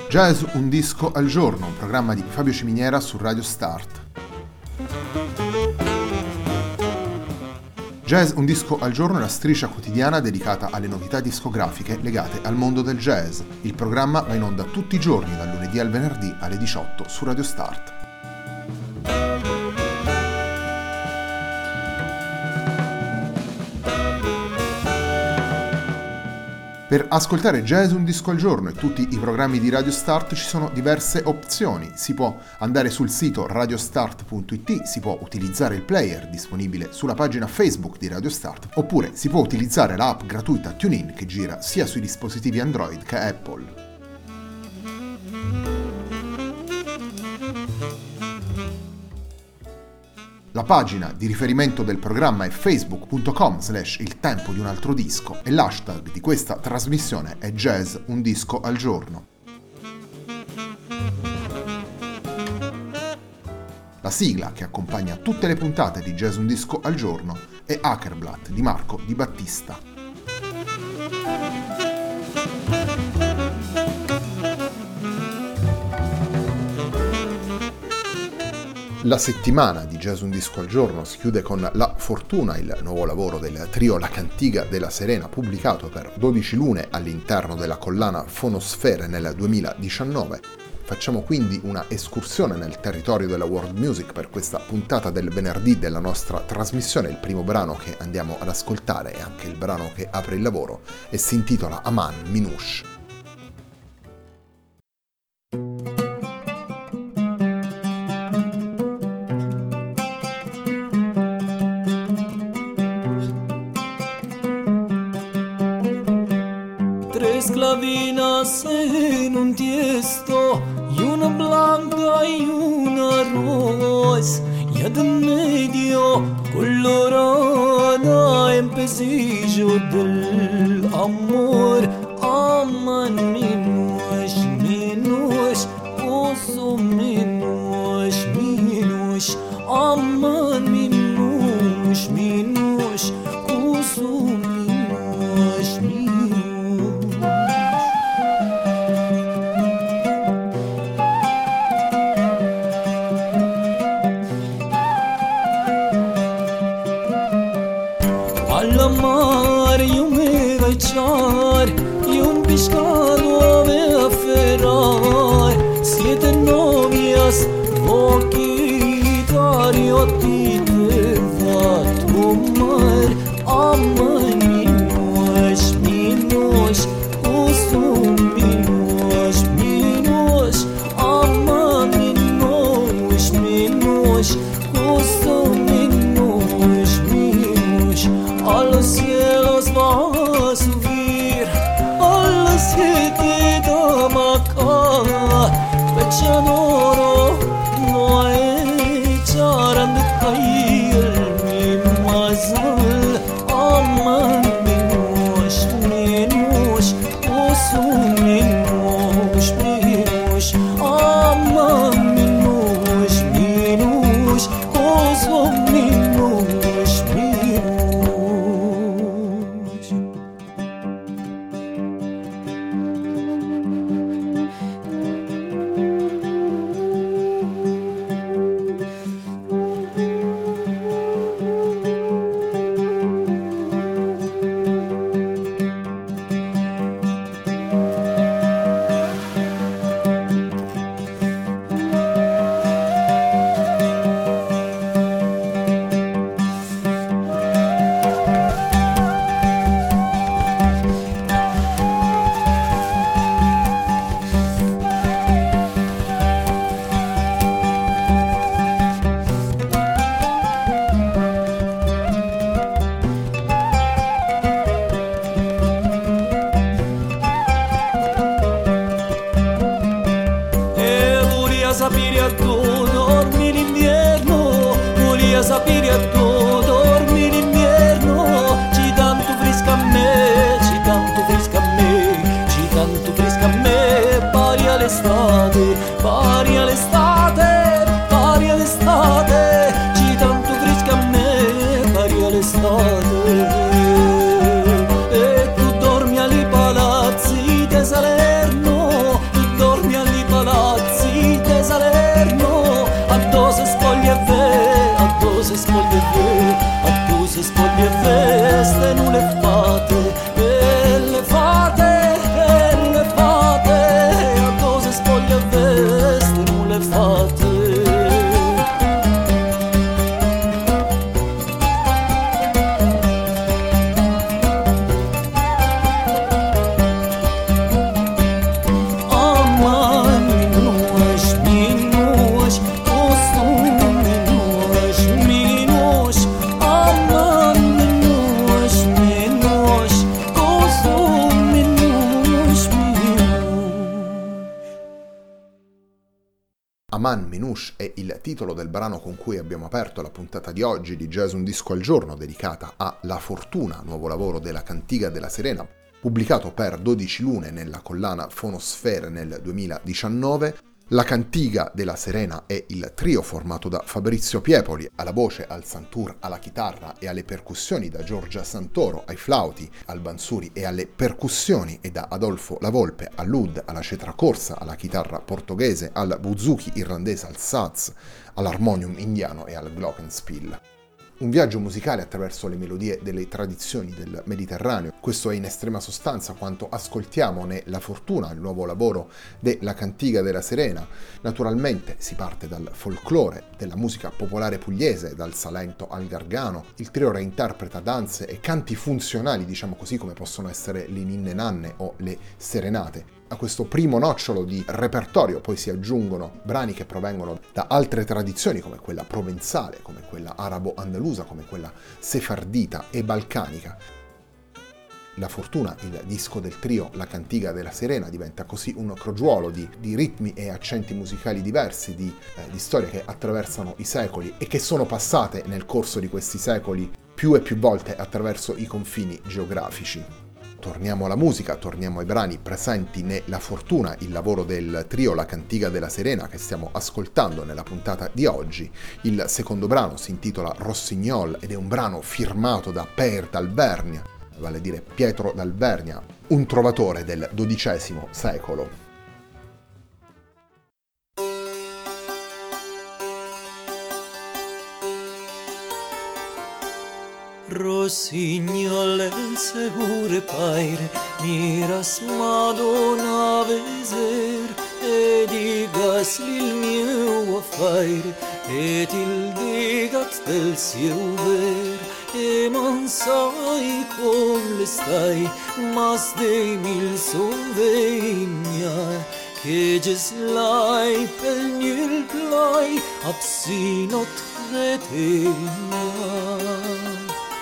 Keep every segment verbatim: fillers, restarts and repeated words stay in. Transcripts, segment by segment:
Jazz un disco al giorno, un programma di Fabio Ciminiera su Radio Start. Jazz un disco al giorno è una striscia quotidiana dedicata alle novità discografiche legate al mondo del jazz. Il programma va in onda tutti i giorni, dal lunedì al venerdì alle diciotto su Radio Start. Per ascoltare Jazz un disco al giorno e tutti i programmi di Radio Start ci sono diverse opzioni. Si può andare sul sito radiostart punto it, si può utilizzare il player disponibile sulla pagina Facebook di Radio Start, oppure si può utilizzare la app gratuita TuneIn che gira sia sui dispositivi Android che Apple. La pagina di riferimento del programma è facebook punto com slash il tempo di un altro disco e l'hashtag di questa trasmissione è Jazz un disco al giorno. La sigla che accompagna tutte le puntate di Jazz un disco al giorno è Akerblatt di Marco Di Battista. La settimana di Jazz un disco al giorno si chiude con La Fortuna, il nuovo lavoro del trio La Cantiga della Serena, pubblicato per dodici lune all'interno della collana Fonosfere nel duemiladiciannove. Facciamo quindi una escursione nel territorio della world music per questa puntata del venerdì della nostra trasmissione. Il primo brano che andiamo ad ascoltare è anche il brano che apre il lavoro e si intitola Aman Minouche. Sclavinas en un tiesto y una blanca y una rosa y en medio colorada en pesillo del amor. Aman minouche, minouche, oso minouche, minouche. Aman minouche, minouche, oso minouche, minouche. Alla mare io me cacciar, io un pescado me aferrar. Siete novias, vou quitar, io ti te va a tomar. Aman minouche, minouche, oso minouche, minouche. Aman minouche, minouche, oso minouche, minouche. A los cielos va a subir, a las siete damaca, fecha d'oro no echarán de caer mi mazal. Aman minouche, minouche, oso minouche, minouche. Aman minouche, minouche, oso minouche, minouche. Sapere a tu dormire in invierno, ci tanto fresca a me, ci tanto fresca a me, ci tanto fresca a me, pari all'estate, pari all'estate, pari all'estate, ci tanto fresca a me, pari all'estate. E tu dormi alle palazzi di Salerno, tu dormi alle Aman Minouche è il titolo del brano con cui abbiamo aperto la puntata di oggi di Jazz Un Disco al Giorno, dedicata a La Fortuna, nuovo lavoro della Cantiga della Serena, pubblicato per dodici lune nella collana Phonosphere nel duemiladiciannove. La Cantiga della Serena è il trio formato da Fabrizio Piepoli alla voce, al santur, alla chitarra e alle percussioni, da Giorgia Santoro ai flauti, al bansuri e alle percussioni, e da Adolfo La Volpe all'oud, alla cetra corsa, alla chitarra portoghese, al buzuki irlandese, al saz, all'armonium indiano e al glockenspiel. Un viaggio musicale attraverso le melodie delle tradizioni del Mediterraneo. Questo è in estrema sostanza quanto ascoltiamo ne La Fortuna, il nuovo lavoro della Cantiga della Serena. Naturalmente si parte dal folklore della musica popolare pugliese, dal Salento al Gargano. Il trio reinterpreta danze e canti funzionali, diciamo così, come possono essere le ninne nanne o le serenate. A questo primo nocciolo di repertorio poi si aggiungono brani che provengono da altre tradizioni, come quella provenzale, come quella arabo-andalusa, come quella sefardita e balcanica. La Fortuna, il disco del trio La Cantiga della Serena, diventa così un crogiuolo di, di ritmi e accenti musicali diversi, di, eh, di storie che attraversano i secoli e che sono passate nel corso di questi secoli più e più volte attraverso i confini geografici. Torniamo alla musica, torniamo ai brani presenti nella Fortuna, il lavoro del trio La Cantiga della Serena che stiamo ascoltando nella puntata di oggi. Il secondo brano si intitola Rossignol ed è un brano firmato da Père d'Alvernia, vale a dire Pietro d'Alvernia, un trovatore del dodicesimo secolo. Rossignol se pure paire, miras Madonna veser, e digas il mio affaire, et il digat del sieu ver, e man sai com le stai, mas de mil sovegna, che ges lai pel nul plai, absinot retegna.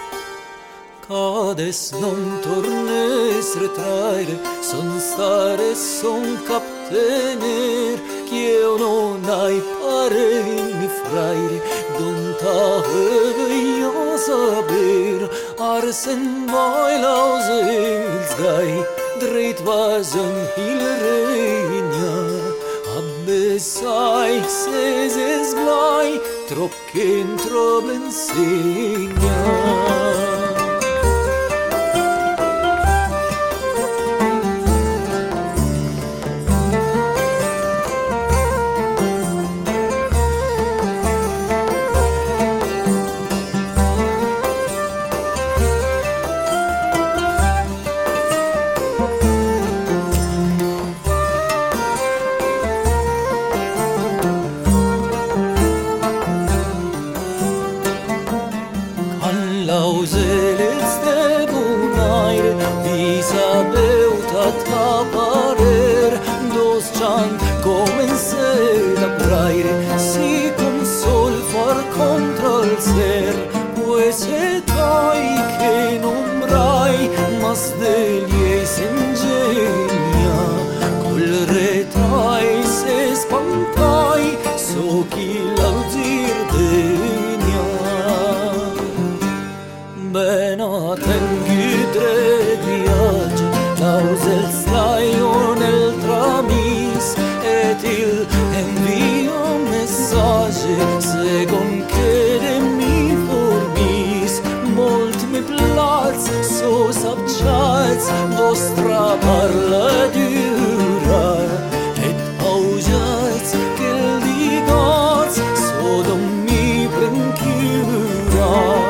Cades non tornes retraire, son stare son captener, ch'io non hai pare ni fraire, don ta io saber, arsen vai lausels gai, dreit wasen hil regna, abbe sai ses es glai, trop chen troben segna. Vostra parla dura et augiats che li gods sodom mi prenchiura.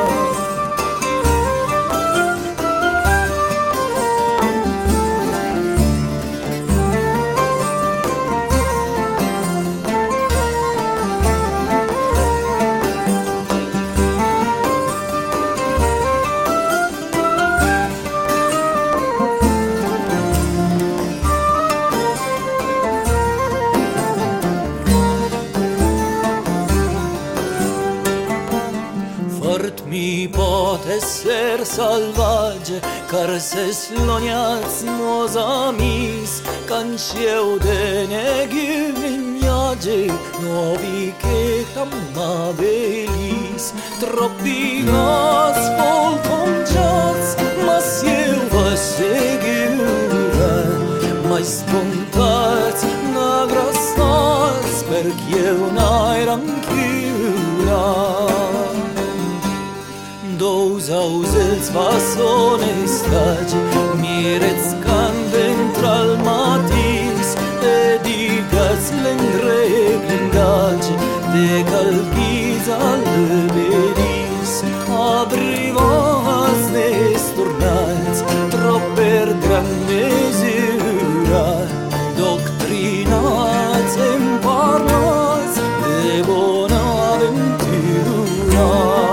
Ser salvage, car ses loniats nos amis, cancheu de neghi vignage, viaggi nuovi che t'amavelis, troppi asfalt con jazz, ma se io fosse chiura, mai spuntat una grastas, perché io n'era chiura. Dos ausels vassone stagi, mirez can ventral matis, e digas l'endre glingagi, de calchis al veris, abrivas nes turnals, tropper gran mesura, doctrinats em parlas de bonaventura.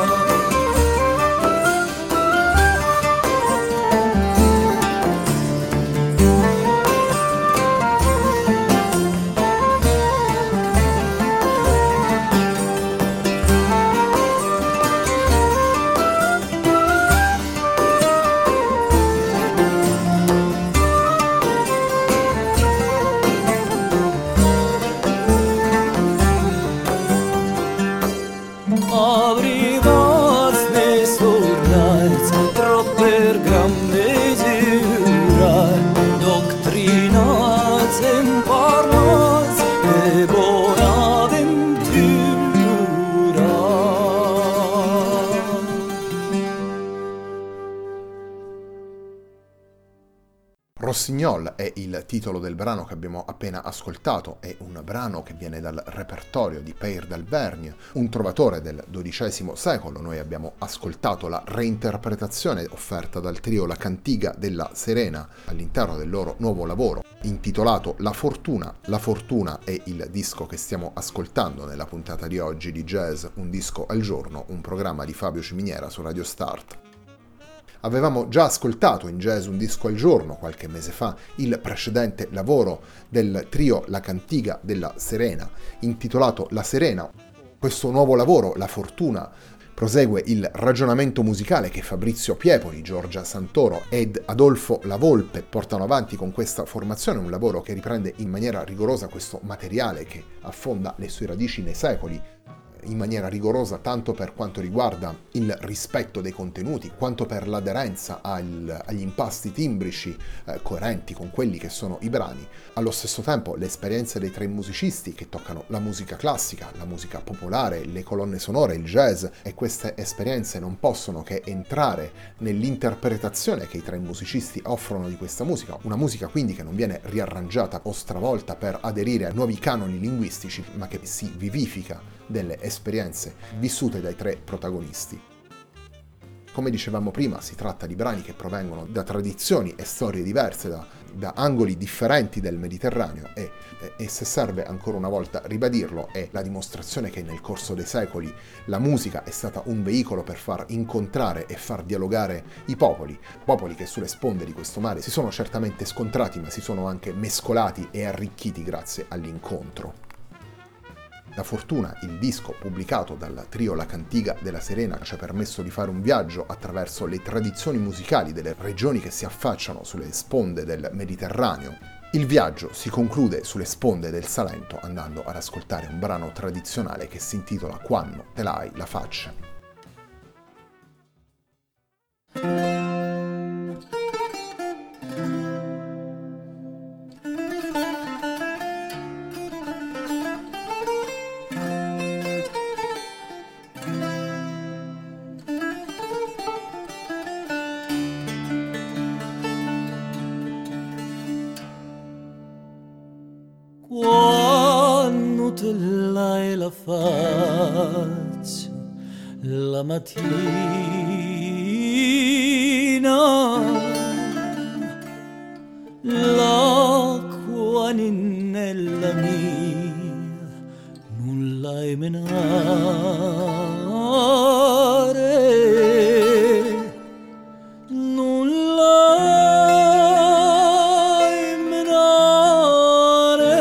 Rossignol è il titolo del brano che abbiamo appena ascoltato, è un brano che viene dal repertorio di Peyre d'Alvergne, un trovatore del dodicesimo secolo. Noi abbiamo ascoltato la reinterpretazione offerta dal trio La Cantiga della Serena all'interno del loro nuovo lavoro, intitolato La Fortuna. La Fortuna è il disco che stiamo ascoltando nella puntata di oggi di Jazz Un Disco al Giorno, un programma di Fabio Ciminiera su Radio Start. Avevamo già ascoltato in Jazz Un Disco al Giorno qualche mese fa il precedente lavoro del trio La Cantiga della Serena, intitolato La Serena. Questo nuovo lavoro, La Fortuna, prosegue il ragionamento musicale che Fabrizio Piepoli, Giorgia Santoro ed Adolfo La Volpe portano avanti con questa formazione, un lavoro che riprende in maniera rigorosa questo materiale che affonda le sue radici nei secoli, in maniera rigorosa tanto per quanto riguarda il rispetto dei contenuti, quanto per l'aderenza al, agli impasti timbrici eh, coerenti con quelli che sono i brani. Allo stesso tempo le esperienze dei tre musicisti che toccano la musica classica, la musica popolare, le colonne sonore, il jazz, e queste esperienze non possono che entrare nell'interpretazione che i tre musicisti offrono di questa musica, una musica quindi che non viene riarrangiata o stravolta per aderire a nuovi canoni linguistici, ma che si vivifica delle esperienze vissute dai tre protagonisti. Come dicevamo prima, si tratta di brani che provengono da tradizioni e storie diverse, da, da angoli differenti del Mediterraneo e, e se serve ancora una volta ribadirlo, è la dimostrazione che nel corso dei secoli la musica è stata un veicolo per far incontrare e far dialogare i popoli, popoli che sulle sponde di questo mare si sono certamente scontrati, ma si sono anche mescolati e arricchiti grazie all'incontro. La Fortuna, il disco pubblicato dal trio La Cantiga della Serena, ci ha permesso di fare un viaggio attraverso le tradizioni musicali delle regioni che si affacciano sulle sponde del Mediterraneo. Il viaggio si conclude sulle sponde del Salento andando ad ascoltare un brano tradizionale che si intitola Quanno te l'hai la faccia. Quando te l'hai la faccia la mattina, l'acqua nella mia non l'hai menare, non l'hai menare,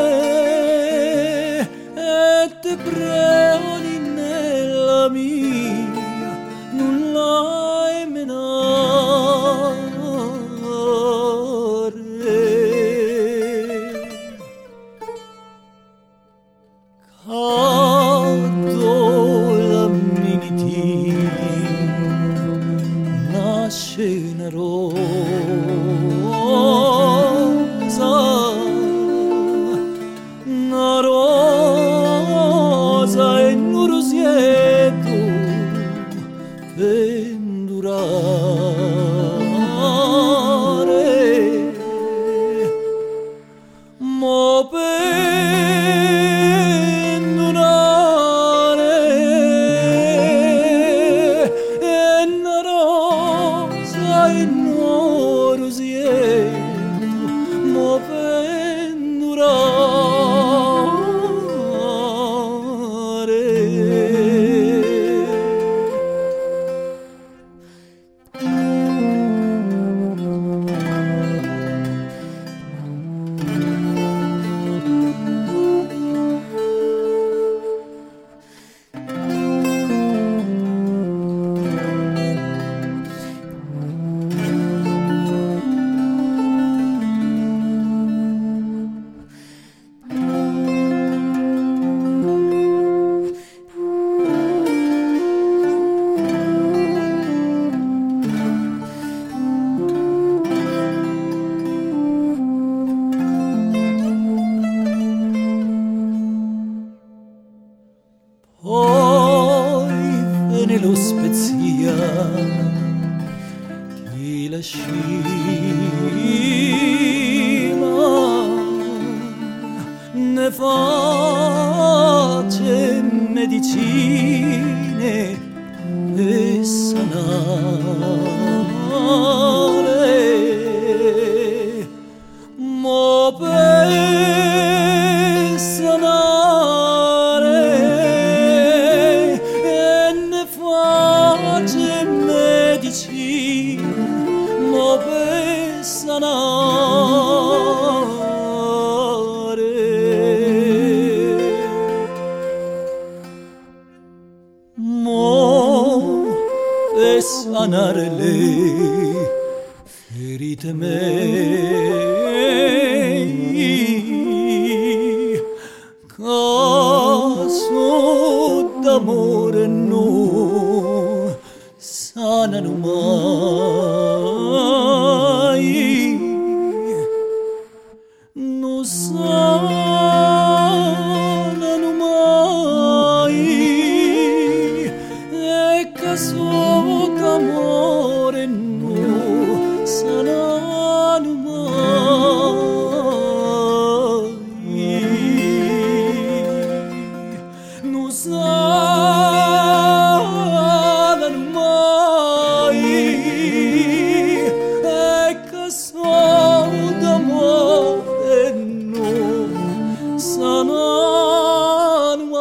e te prego nella mia non l'hai menare. nasce una rosa, una rosa e un rosieto pendurare, mo pendurare e una rosa e un rosieto mo poi venne lo Spezia, ti lascima, ne face medicine e sanare, mo per sanare e ne face medicine, mo per sanare, mo per sanare le ferite mie, caso d'amore non sanano mai, non sanano mai, e caso d'amore non sanano mai, non sanano mai, e caso d'amore non sanano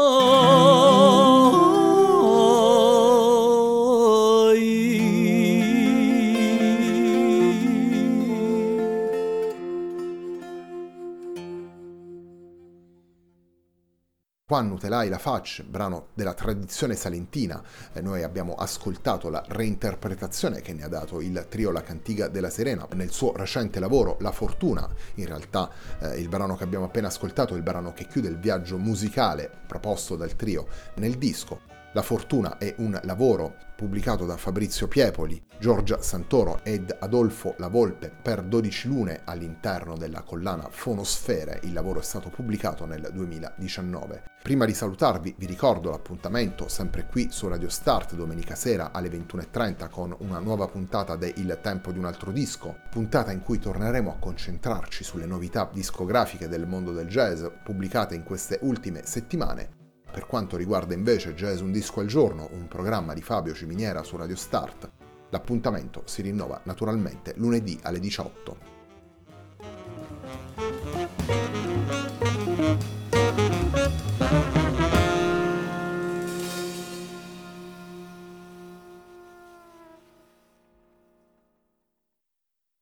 Quando te l'hai la faccia, brano della tradizione salentina, eh, noi abbiamo ascoltato la reinterpretazione che ne ha dato il trio La Cantiga della Serena nel suo recente lavoro La Fortuna. In realtà eh, il brano che abbiamo appena ascoltato è il brano che chiude il viaggio musicale proposto dal trio nel disco. La Fortuna è un lavoro pubblicato da Fabrizio Piepoli, Giorgia Santoro ed Adolfo La Volpe per dodici lune all'interno della collana Fonosfere. Il lavoro è stato pubblicato nel duemiladiciannove. Prima di salutarvi vi ricordo l'appuntamento sempre qui su Radio Start domenica sera alle ventuno e trenta con una nuova puntata de Il tempo di un altro disco, puntata in cui torneremo a concentrarci sulle novità discografiche del mondo del jazz pubblicate in queste ultime settimane. Per quanto riguarda invece Jazz Un Disco al Giorno, un programma di Fabio Ciminiera su Radio Start, l'appuntamento si rinnova naturalmente lunedì alle diciotto.